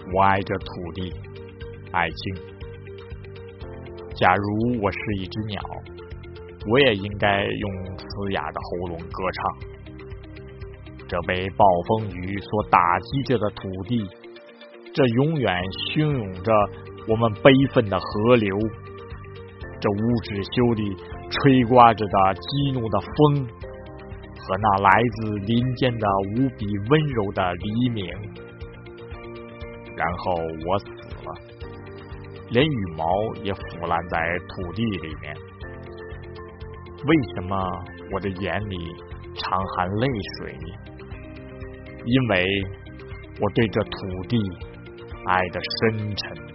我爱这土地，爱情。假如我是一只鸟，我也应该用嘶哑的喉咙歌唱。这被暴风雨所打击着的土地，这永远汹涌着我们悲愤的河流，这无止休地吹刮着的激怒的风，和那来自林间的无比温柔的黎明。然后我死了，连羽毛也腐烂在土地里面。为什么我的眼里常含泪水？因为我对这土地爱得深沉。